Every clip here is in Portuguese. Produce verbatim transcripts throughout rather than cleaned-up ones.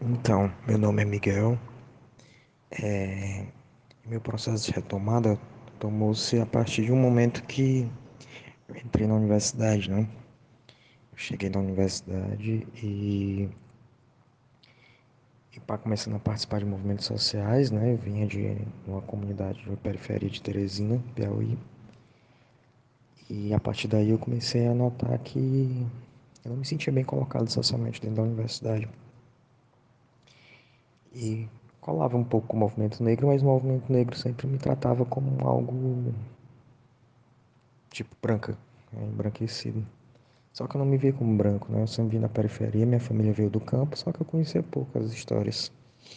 Então, meu nome é Miguel. É, Meu processo de retomada tomou-se a partir de um momento que eu entrei na universidade, né? Eu cheguei na universidade e, e para começando a participar de movimentos sociais, né? Eu vinha de uma comunidade de uma periferia de Teresina, Piauí. E a partir daí eu comecei a notar que eu não me sentia bem colocado socialmente dentro da universidade. E colava um pouco com o movimento negro, mas o movimento negro sempre me tratava como algo tipo branca, né, embranquecido. Só que eu não me via como branco, né? Eu sempre vim da periferia, minha família veio do campo, só que eu conhecia poucas histórias.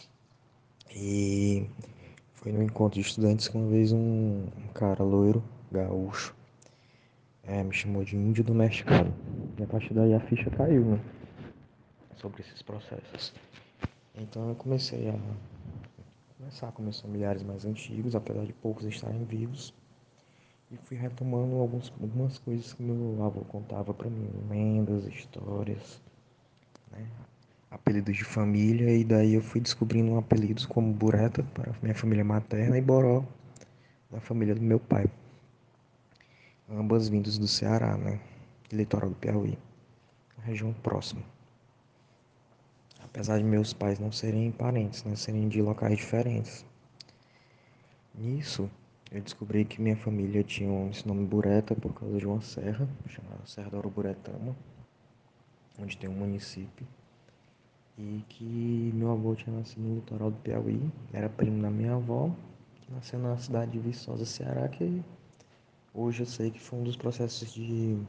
E foi no encontro de estudantes que uma vez um, um cara loiro, gaúcho, é, me chamou de índio domesticado. E a partir daí a ficha caiu, né? Sobre esses processos. Então eu comecei a conversar com meus familiares mais antigos, apesar de poucos estarem vivos, e fui retomando alguns, algumas coisas que meu avô contava para mim, lendas, histórias, né? Apelidos de família, e daí eu fui descobrindo apelidos como Bureta para minha família materna e Boró da família do meu pai, ambas vindos do Ceará, né? Litoral do Piauí, região próxima. Apesar de meus pais não serem parentes, né? Serem de locais diferentes. Nisso, eu descobri que minha família tinha esse nome Bureta por causa de uma serra, chamada Serra da Uruburetama, onde tem um município, e que meu avô tinha nascido no litoral do Piauí, era primo da minha avó, que nasceu na cidade de Viçosa, Ceará, que hoje eu sei que foi um dos processos de,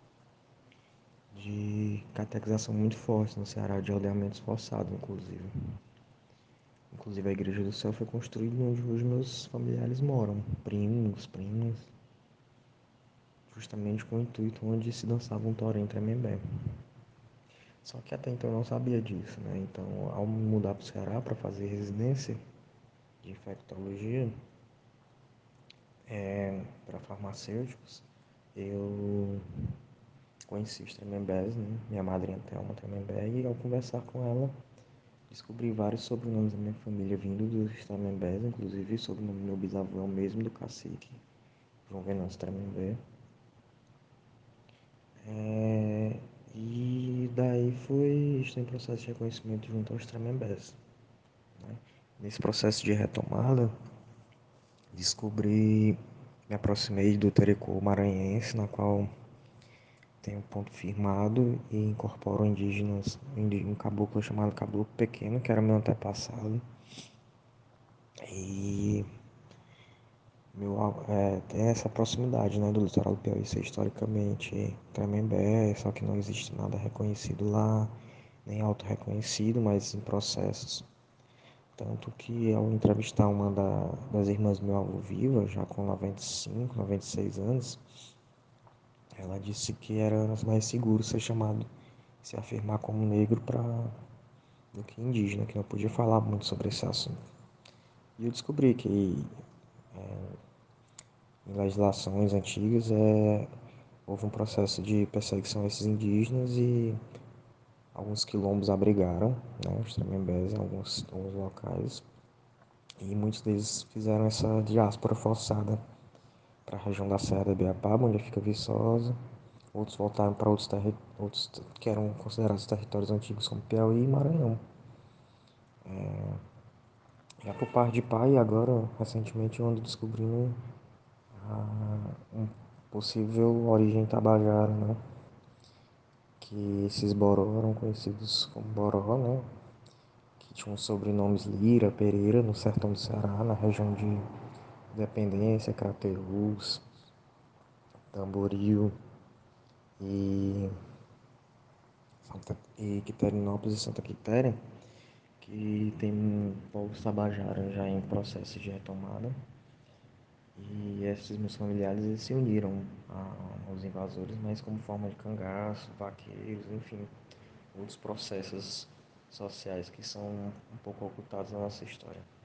de catequização muito forte no Ceará, de aldeamentos forçados, inclusive. Inclusive a Igreja do Céu foi construída onde hoje meus familiares moram, primos, primas, justamente com o intuito onde se dançava um torém tremembé. Só que até então eu não sabia disso, né? Então, ao me mudar para o Ceará para fazer residência de infectologia, é, para farmacêuticos, eu conheci os Tremembés, né? Minha madrinha Thelma Tremembé, e ao conversar com ela, descobri vários sobrenomes da minha família vindo dos Tremembés, inclusive o sobrenome do meu bisavô é o mesmo do cacique, João Venâncio Tremembé. É, e daí foi, estou em processo de reconhecimento junto aos Tremembés, né? Nesse processo de retomada, descobri, me aproximei do Terecô maranhense, na qual tem um ponto firmado e incorporam indígenas, um caboclo chamado Caboclo Pequeno, que era meu antepassado. E meu, é, tem essa proximidade, né, do litoral do Piauí ser historicamente Tremembé, só que não existe nada reconhecido lá, nem auto-reconhecido, mas em processos. Tanto que ao entrevistar uma da, das irmãs do meu avô viva, já com noventa e cinco, noventa e seis anos, ela disse que era mais seguro ser chamado, se afirmar como negro pra, do que indígena, que não podia falar muito sobre esse assunto. E eu descobri que em legislações antigas é, houve um processo de perseguição a esses indígenas e alguns quilombos abrigaram, né, os tremembés em alguns, alguns locais. E muitos deles fizeram essa diáspora forçada para a região da Serra da Ibiapaba, onde fica Viçosa. Outros voltaram para outros, terri outros que eram considerados territórios antigos, como Piauí e Maranhão. Já por parte de pai, agora, recentemente, eu ando descobrindo a um possível origem tabajara, né? Que esses Boró eram conhecidos como Boró, né? Que tinham os sobrenomes Lira, Pereira, no sertão do Ceará, na região de Independência, Crateús, Tamboril e, Santa, e Quiterianópolis e Santa Quitéria, que tem povos tabajaras já em processo de retomada. E esses meus familiares eles se uniram a- aos invasores, mas como forma de cangaço, vaqueiros, enfim, outros processos sociais que são um pouco ocultados na nossa história.